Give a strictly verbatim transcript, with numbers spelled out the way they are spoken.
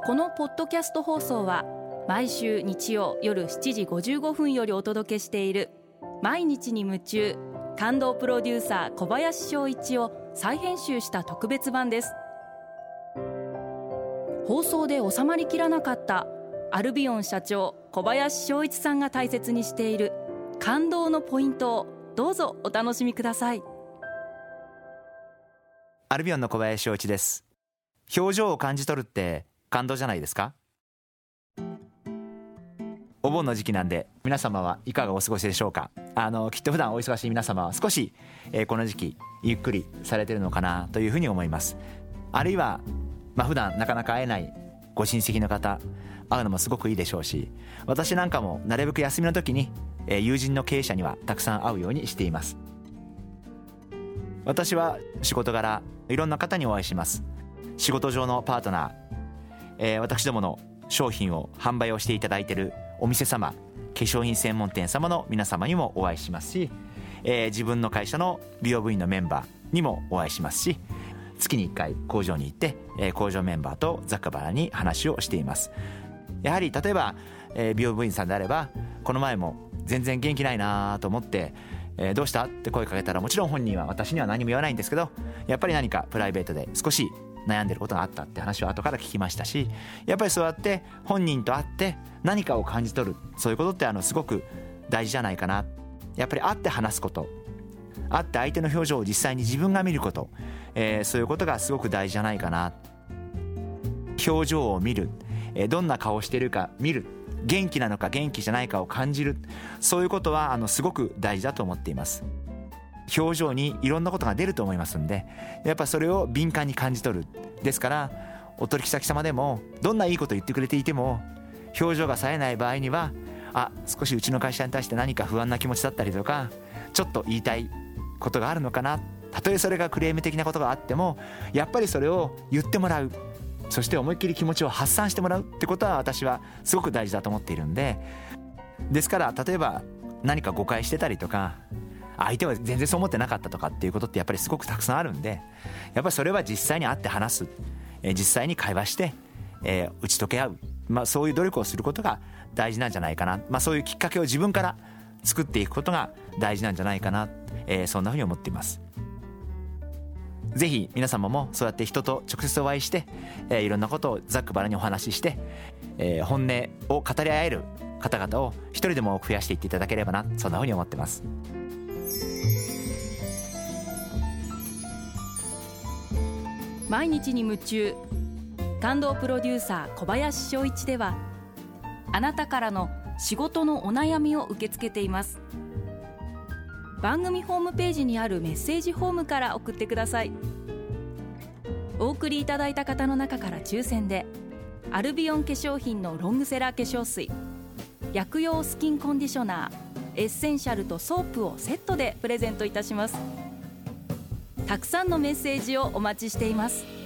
このポッドキャスト放送は毎週日曜夜しちじごじゅうごふんよりお届けしている毎日に夢中感動プロデューサー小林翔一を再編集した特別版です。放送で収まりきらなかったアルビオン社長小林翔一さんが大切にしている感動のポイントをどうぞお楽しみください。 アルビオンの小林翔一です。表情を感じ取るって感動じゃないですか。お盆の時期なんで皆様はいかがお過ごしでしょうか。あのきっと普段お忙しい皆様は少し、えー、この時期ゆっくりされてるのかなというふうに思います。あるいは、まあ、普段なかなか会えないご親戚の方会うのもすごくいいでしょうし、私なんかもなるべく休みの時に、えー、友人の経営者にはたくさん会うようにしています。私は仕事柄いろんな方にお会いします。仕事上のパートナー、えー、私どもの商品を販売をしていただいているお店様、化粧品専門店様の皆様にもお会いしますし、えー、自分の会社の美容部員のメンバーにもお会いしますし、月にいっかい工場に行って、えー、工場メンバーとざっくばらんに話をしています。やはり例えば、えー、美容部員さんであればこの前も全然元気ないなと思って、えー、どうしたって声かけたら、もちろん本人は私には何も言わないんですけど、やっぱり何かプライベートで少し悩んでることがあったって話を後から聞きましたし、やっぱりそうやって本人と会って何かを感じ取る、そういうことってあのすごく大事じゃないかな。やっぱり会って話すこと、会って相手の表情を実際に自分が見ること、えー、そういうことがすごく大事じゃないかな。表情を見る、えー、どんな顔をしているか見る、元気なのか元気じゃないかを感じる、そういうことはあのすごく大事だと思っています。表情にいろんなことが出ると思いますんで、やっぱそれを敏感に感じ取る。ですからお取引先様でもどんないいこと言ってくれていても表情が冴えない場合には、あ、少しうちの会社に対して何か不安な気持ちだったりとか、ちょっと言いたいことがあるのかな、たとえそれがクレーム的なことがあってもやっぱりそれを言ってもらう、そして思いっきり気持ちを発散してもらうってことは私はすごく大事だと思っているんで、ですから例えば何か誤解してたりとか、相手は全然そう思ってなかったとかっていうことってやっぱりすごくたくさんあるんで、やっぱりそれは実際に会って話す、えー、実際に会話して、えー、打ち解け合う、まあ、そういう努力をすることが大事なんじゃないかな、まあ、そういうきっかけを自分から作っていくことが大事なんじゃないかな、えー、そんなふうに思っています。ぜひ皆様もそうやって人と直接お会いして、えー、いろんなことをざっくばらんにお話しして、えー、本音を語り合える方々を一人でも多く増やしていっていただければな、そんなふうに思ってます。 毎日に夢中感動プロデューサー小林翔一では、あなたからの仕事のお悩みを受け付けています。番組ホームページにあるメッセージフォームから送ってください。お送りいただいた方の中から抽選でアルビオン化粧品のロングセラー化粧水、薬用スキンコンディショナー、エッセンシャルとソープをセットでプレゼントいたします。たくさんのメッセージをお待ちしています。